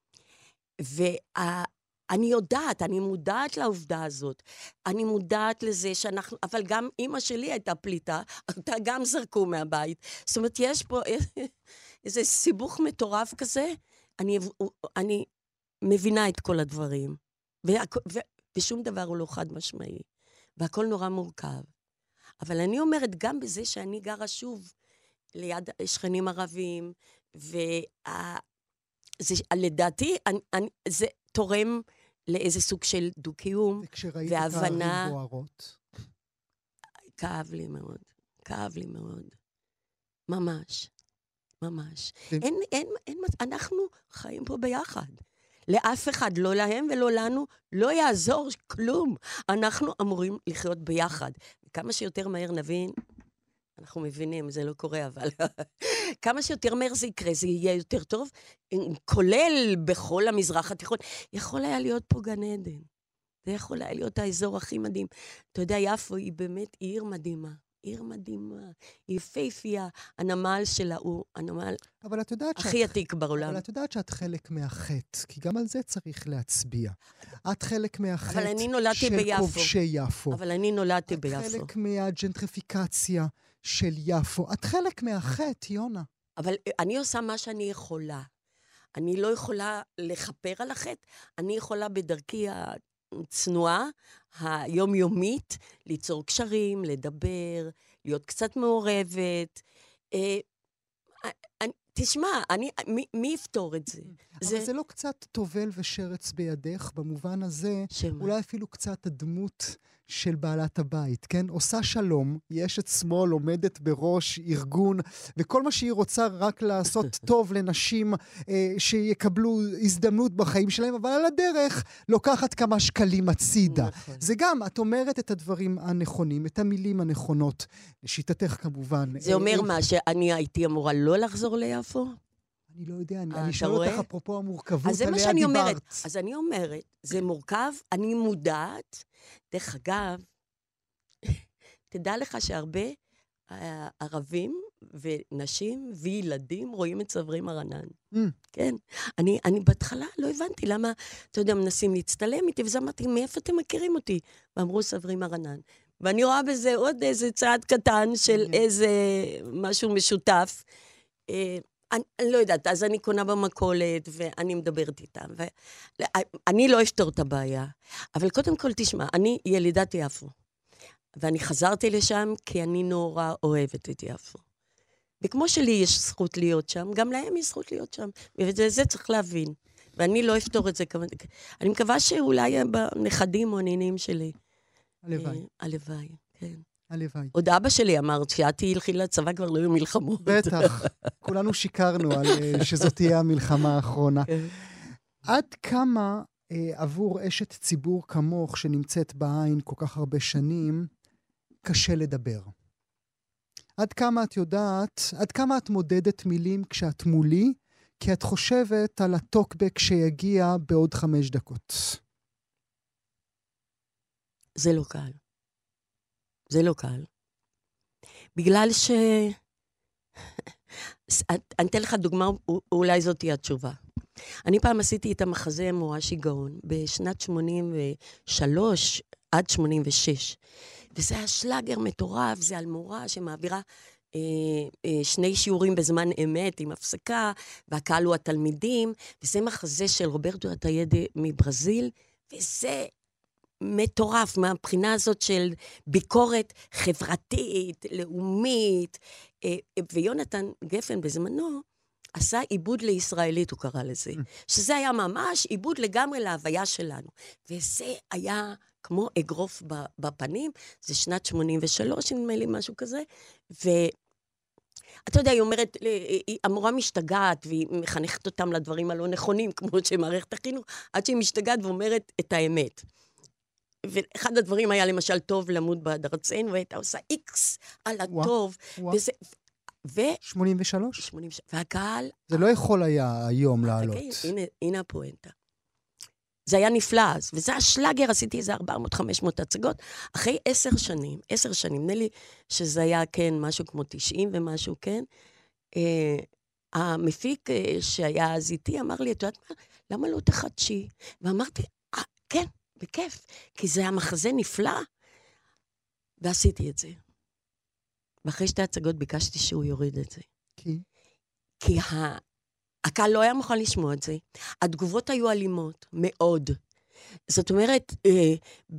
Speaker 4: וה... אני יודעת, אני מודעת לעובדה הזאת. אני מודעת לזה שאנחנו, אבל גם אמא שלי הייתה פליטה, אותה גם זרקו מהבית. זאת אומרת, יש פה איזה סיבוך מטורף כזה, אני, אני מבינה את כל הדברים. ושום דבר הוא לא חד משמעי. והכל נורא מורכב. אבל אני אומרת, גם בזה שאני גרה שוב ליד שכנים ערבים, ולדעתי, זה תורם לאיזה סוג של דו-קיום,
Speaker 3: וכשראית
Speaker 4: והבנה...
Speaker 3: את הערים בוערות?
Speaker 4: כאב לי מאוד, כאב לי מאוד. ממש, ממש.
Speaker 3: ו...
Speaker 4: אין, אין, אין, אנחנו חיים פה ביחד. לאף אחד, לא להם ולא לנו, לא יעזור כלום. אנחנו אמורים לחיות ביחד. כמה שיותר מהר נבין, אנחנו מבינים, זה לא קורה, אבל כמה שיותר מהר זה יקרה, זה יהיה יותר טוב, כולל בכל המזרח התיכון. יכול היה להיות פה גן עדן. זה יכול היה להיות האזור הכי מדהים. אתה יודע, יפו היא באמת עיר מדהימה. עיר מדהימה. היא יפהפייה. הנמל שלה הוא הנמל הכי עתיק בעולם.
Speaker 3: אבל את יודעת שאת חלק מהחטא, כי גם על זה צריך להצביע. את חלק מהחטא של כובשי יפו.
Speaker 4: אבל אני נולדתי ביפו.
Speaker 3: את חלק מהג'נטריפיקציה של יפו. את חלק מהחטא, יונה.
Speaker 4: אבל אני עושה מה שאני יכולה. אני לא יכולה לחפר על החטא. אני יכולה בדרכי הצנועה, היומיומית, ליצור קשרים, לדבר, להיות קצת מעורבת. אה, אני, תשמע, אני, מי, מי יפתור את זה?
Speaker 3: אבל
Speaker 4: זה...
Speaker 3: זה לא קצת טובל ושרץ בידך, במובן הזה,
Speaker 4: שמה?
Speaker 3: אולי אפילו קצת הדמות של בעלת הבית, כן? עושה שלום, יש את שמאל, עומדת בראש ארגון, וכל מה שהיא רוצה רק לעשות טוב לנשים אה, שיקבלו הזדמנות בחיים שלהם, אבל על הדרך לוקחת כמה שקלים הצידה.
Speaker 4: נכון.
Speaker 3: זה גם, את אומרת את הדברים הנכונים, את המילים הנכונות, לשיטתך כמובן.
Speaker 4: זה אומר אה, מה, שאני הייתי אמורה לא לחזור ליפו?
Speaker 3: אני לא יודע, אני, אני שואל אותך אפרופו המורכבות
Speaker 4: עליה דיברת.
Speaker 3: אז זה מה שאני אומרת.
Speaker 4: אז אני אומרת, זה מורכב, אני מודעת. דרך אגב, תדע לך שהרבה ערבים ונשים וילדים רואים את צברי מרנן. Mm. כן? אני, אני בהתחלה לא הבנתי למה, אתה יודע, מנסים להצטלם איתי, וזה אמרתי, מאיפה אתם מכירים אותי? ואמרו צברי מרנן. ואני רואה בזה עוד איזה צעד קטן של mm. איזה משהו משותף. אה, אני, אני לא יודעת, אז אני קונה במקולת, ואני מדברת איתם, ואני לא אפתור את הבעיה. אבל קודם כל, תשמע, אני ילידת יפו, ואני חזרתי לשם כי אני נורא אוהבת את יפו. וכמו שלי יש זכות להיות שם, גם להם יש זכות להיות שם, וזה צריך להבין. ואני לא אפתור את זה. אני מקווה שאולי בנכדים או נינים שלי.
Speaker 3: הלוואי.
Speaker 4: הלוואי, כן.
Speaker 3: הלוואי.
Speaker 4: עוד אבא שלי אמר, כשאת הלכי לצבא כבר לא היו מלחמות.
Speaker 3: בטח, כולנו שיקרנו על שזאת תהיה המלחמה האחרונה. עד כמה עבור אשת ציבור כמוך שנמצאת בעין כל כך הרבה שנים, קשה לדבר? עד כמה את יודעת, עד כמה את מודדת מילים כשאת מולי, כי את חושבת על הטוקבק שיגיע בעוד חמש דקות?
Speaker 4: זה לא קל. זה לא קל. בגלל ש... אני אתן לך דוגמה, אולי זאת תהיה התשובה. אני פעם עשיתי את המחזה מורה שיגעון, בשנת שמונים ושלוש עד שמונים ושש. וזה היה שלאגר מטורף, זה על מורה שמעבירה אה, אה, שני שיעורים בזמן אמת עם הפסקה, והקהל הוא התלמידים, וזה מחזה של רוברטו אטיידה מברזיל, וזה מטורף מהבחינה הזאת של ביקורת חברתית, לאומית, ויונתן גפן בזמנו עשה עיבוד לישראלית, הוא קרא לזה, שזה היה ממש עיבוד לגמרי להוויה שלנו, וזה היה כמו אגרוף בפנים, זה שנת שמונים ושלוש, נדמה לי משהו כזה, ו... אתה יודע, היא אומרת, היא המורה משתגעת, והיא מחנכת אותם לדברים הלא נכונים, כמו שמערכת החינוך, עד שהיא משתגעת ואומרת את האמת. ואחד הדברים היה למשל טוב למוד בהדרצנו, והייתה עושה איקס על הטוב.
Speaker 3: וואו.
Speaker 4: וזה, ו...
Speaker 3: שמונים ושלוש?
Speaker 4: שמונים ושלוש. והקהל...
Speaker 3: זה לא יכול היה היום לעלות.
Speaker 4: הנה, הנה הפואנטה. זה היה נפלא אז, וזה השלאגר, עשיתי איזה ארבע מאות חמש מאות הצגות, אחרי עשר שנים, עשר שנים, נראה לי שזה היה, כן, משהו כמו תשעים ומשהו, כן, אה, המפיק אה, שהיה אז איתי, אמר לי, את יודעת מה, למה לא תחדשי? ואמרתי, אה, כן, בכיף, כי זה המחזה נפלא, ועשיתי את זה. ואחרי שתי הצגות ביקשתי שהוא יוריד את זה.
Speaker 3: כי? כי
Speaker 4: ה... הקהל לא היה מוכן לשמוע את זה. התגובות היו אלימות, מאוד. זאת אומרת, אה,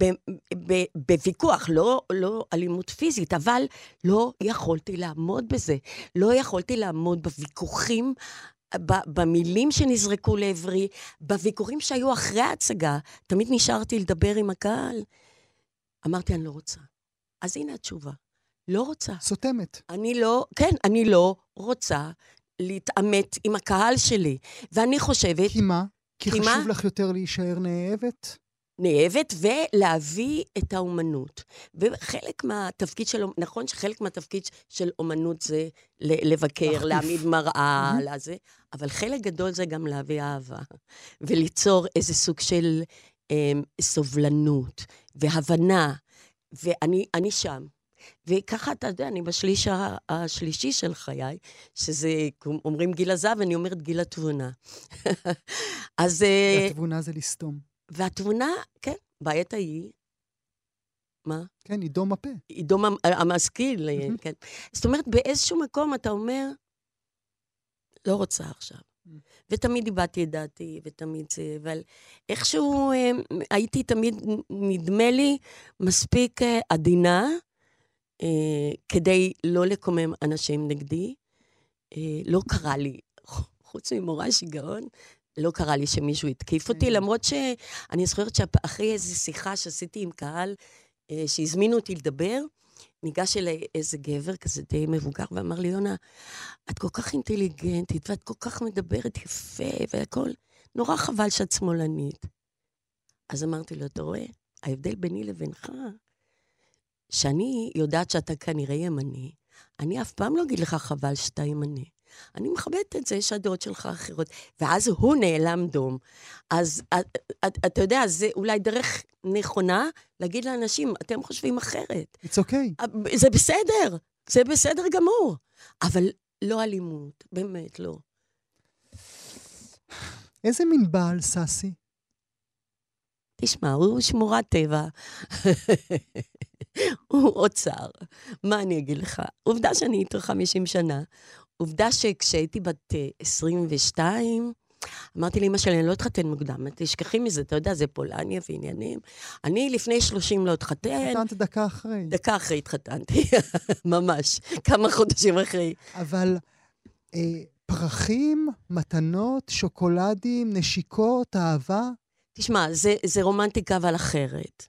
Speaker 4: בוויכוח, לא, לא אלימות פיזית, אבל לא יכולתי לעמוד בזה. לא יכולתי לעמוד בוויכוחים, במילים שנזרקו לעברי, בוויכוחים שהיו אחרי ההצגה. תמיד נשארתי לדבר עם הקהל. אמרתי, אני לא רוצה. אז הנה התשובה. לא רוצה.
Speaker 3: סותמת.
Speaker 4: אני לא, כן, אני לא רוצה להתעמת עם הקהל שלי. ואני חושבת...
Speaker 3: כי מה? כי
Speaker 4: כי
Speaker 3: חשוב
Speaker 4: מה?
Speaker 3: לך יותר להישאר נאהבת?
Speaker 4: נאהבת ולהביא את האומנות. וחלק מהתפקיד של... נכון שחלק מהתפקיד של אומנות זה לבקר,
Speaker 3: להחליף.
Speaker 4: להעמיד מראה,
Speaker 3: Mhm.
Speaker 4: לזה, אבל חלק גדול זה גם להביא אהבה. וליצור איזה סוג של אה, סובלנות והבנה. ואני אני שם. וככה, אתה יודע, אני בשליש ה- השלישי של חיי, שזה, אומרים גיל הזהב, אני אומרת גיל התבונה. אז... אה,
Speaker 3: והתבונה זה לסתום.
Speaker 4: והתבונה, כן, בעת ההיא, מה?
Speaker 3: כן, עידום הפה.
Speaker 4: עידום המ- המשכיל, כן. זאת אומרת, באיזשהו מקום אתה אומר, לא רוצה עכשיו. ותמיד איבדתי את דעתי, ותמיד זה, אבל איכשהו אה, הייתי תמיד, נדמה לי, מספיק אה, עדינה, אה, כדי לא לקומם אנשים נגדי. אה, לא קרה לי, חוץ ממורה שיגעון, לא קרה לי שמישהו התקיף אותי, למרות שאני זוכרת שאחרי איזו שיחה שעשיתי עם קהל, אה, שהזמינו אותי לדבר, ניגש אליי איזה גבר כזה די מבוגר, ואמר לי, יונה, את כל כך אינטליגנטית, ואת כל כך מדברת יפה, והכל, נורא חבל שאת שמאלנית. אז אמרתי לו, אתה רואה, ההבדל ביני לבינך, שאני יודעת שאתה כנראה ימני, אני אף פעם לא אגיד לך חבל שאתה ימני. אני מכבדת את זה שהדעות שלך אחרות. ואז הוא נעלם דום. אז אתה יודע, זה אולי דרך נכונה להגיד לאנשים, אתם חושבים אחרת.
Speaker 3: It's okay.
Speaker 4: זה בסדר, זה בסדר גמור. אבל לא אלימות, באמת לא.
Speaker 3: איזה מין בעל סאסי?
Speaker 4: תשמע, הוא שמורת טבע. הוא אוצר. מה אני אגיד לך? עובדה שאני איתו חמישים שנה. עובדה שכשהייתי בת עשרים ושתיים, אמרתי לאמא שלי, אני לא אתחתן מוקדם, תשכחי מזה, אתה יודע, זה פולניה ועניינים. אני לפני שלושים לא אתחתן.
Speaker 3: התחתנת דקה אחרי.
Speaker 4: דקה אחרי התחתנתי, ממש, כמה חודשים אחרי.
Speaker 3: אבל אה, פרחים, מתנות, שוקולדים, נשיקות, אהבה?
Speaker 4: תשמע, זה, זה רומנטיקה אבל אחרת.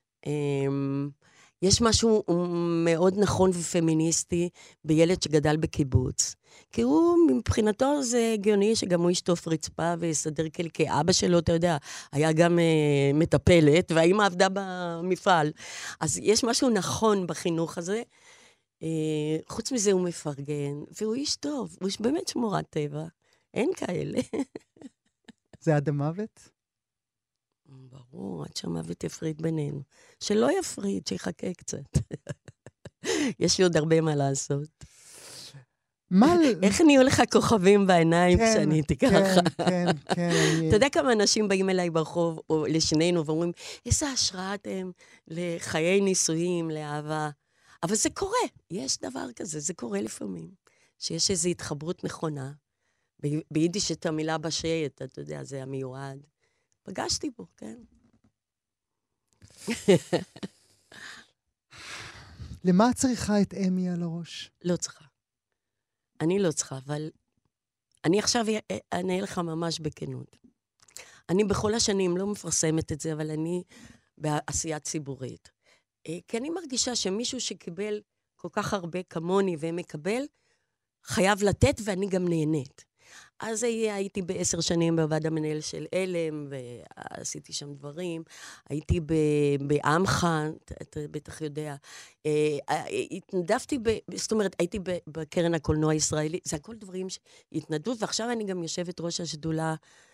Speaker 4: יש משהו מאוד נכון ופמיניסטי בילד שגדל בקיבוץ. כי הוא, מבחינתו זה הגיוני שגם הוא ישטוף רצפה ויסדר כלכי. אבא שלו, אתה יודע, היה גם אה, מטפלת, והאמא עבדה במפעל. אז יש משהו נכון בחינוך הזה. אה, חוץ מזה הוא מפרגן, והוא איש טוב, הוא באמת שמורת טבע. אין כאלה.
Speaker 3: זה עד המוות?
Speaker 4: ברור, עד שהמוות יפריד בינינו. שלא יפריד, שיחכה קצת. יש לי עוד הרבה מה לעשות.
Speaker 3: מה...
Speaker 4: איך נהיו לך כוכבים בעיניים כשאני הייתי ככה?
Speaker 3: כן, כן, כן.
Speaker 4: אתה יודע כמה אנשים באים אליי ברחוב, או לשנינו, ואומרים, איזה השראה אתם לחיי נישואים, לאהבה. אבל זה קורה, יש דבר כזה, זה קורה לפעמים. שיש איזו התחברות נכונה. ביידיש את המילה בשייט, אתה יודע, זה המיועד. פגשתי בו, כן.
Speaker 3: למה את צריכה את אמי על הראש?
Speaker 4: לא צריכה. אני לא צריכה, אבל אני עכשיו אענה לך ממש בכנות. אני בכל השנים לא מפרסמת את זה, אבל אני בעשייה ציבורית. כי אני מרגישה שמישהו שקיבל כל כך הרבה כמוני ומקבל, חייב לתת ואני גם נהנית. אז הייתי בעשר שנים בוועד המנהל של אלם, ועשיתי שם דברים. הייתי בעמך, אתה בטח יודע. התנדבתי, זאת אומרת, הייתי בקרן הקולנוע הישראלי. זה הכל דברים שהתנדבות, ועכשיו אני גם יושבת ראש השדולה,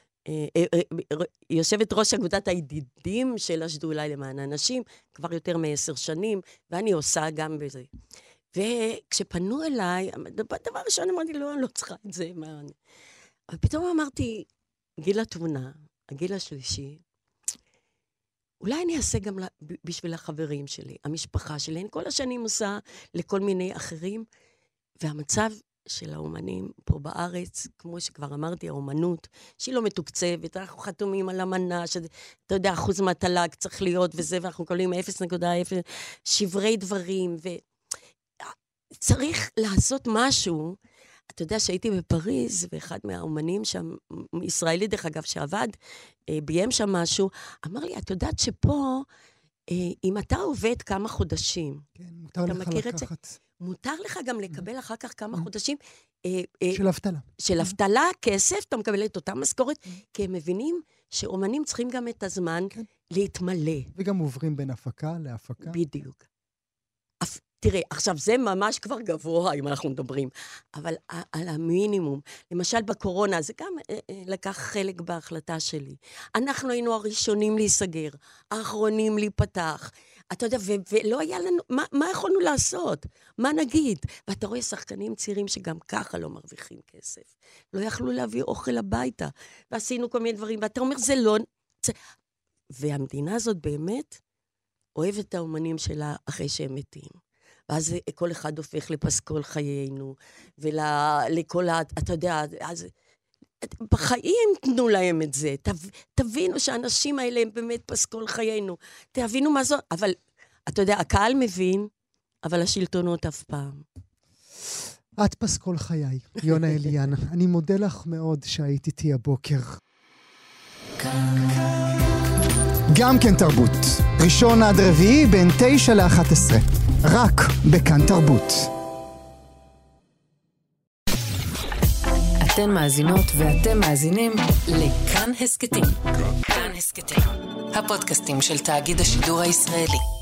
Speaker 4: יושבת ראש אגודת הידידים של השדולה למען האנשים, כבר יותר מעשר שנים, ואני עושה גם בזה. וכשפנו אליי, דבר ראשון אמרתי, לא, אני לא צריכה את זה. מה... אבל פתאום אמרתי, גיל התבונה, הגיל השלישי, אולי אני אעשה גם בשביל החברים שלי, המשפחה שלי. אני כל השנים עושה לכל מיני אחרים, והמצב של האומנים פה בארץ, כמו שכבר אמרתי, האומנות, שהיא לא מתוקצבת, אנחנו חתומים על אמנה, שאתה יודע, אחוז מהתל"ג צריך להיות וזה, ואנחנו קוראים אפס נקודה אפס, שברי דברים, ו... צריך לעשות משהו. אתה יודע שהייתי בפריז, ואחד מהאומנים שם, ישראלי דרך אגב, שעבד, ביים שם משהו, אמר לי, את יודעת שפה, אם אתה עובד כמה חודשים,
Speaker 3: כן, מותר לך לקחת.
Speaker 4: מותר לך גם לקבל אחר כך כמה חודשים.
Speaker 3: של אבטלה.
Speaker 4: של אבטלה, כסף, אתה מקבל את אותה משכורת, כי הם מבינים שאומנים צריכים גם את הזמן להתמלא.
Speaker 3: וגם עוברים בין הפקה להפקה.
Speaker 4: בדיוק. תראה, עכשיו זה ממש כבר גבוה, אם אנחנו מדברים, אבל על המינימום, למשל בקורונה, זה גם לקח חלק בהחלטה שלי. אנחנו היינו הראשונים להיסגר, האחרונים להיפתח, אתה יודע, ולא היה לנו, מה, מה יכולנו לעשות? מה נגיד? ואתה רואה שחקנים צעירים שגם ככה לא מרוויחים כסף, לא יכלו להביא אוכל הביתה, ועשינו כל מיני דברים, ואתה אומר, זה לא... זה... והמדינה הזאת באמת אוהבת את האומנים שלה אחרי שהם מתים. ואז כל אחד הופך לפסקול חיינו, ולכל, אתה יודע, אז בחיים תנו להם את זה, תבינו שהאנשים האלה הם באמת פסקול חיינו, תבינו מה זו, אבל אתה יודע, הקהל מבין, אבל השלטונות אף פעם.
Speaker 3: את פסקול חיי, יונה אליאן, אני מודה לך מאוד שהיית איתי הבוקר. גם כן תרבות, ראשון עד רביעי בין תשע לאחת עשרה, רק בכאן תרבות.
Speaker 1: אתן מאזינות ואתם מאזינים לכאן הסקטים. כאן הסקטים, הפודקאסטים של תאגיד השידור הישראלי.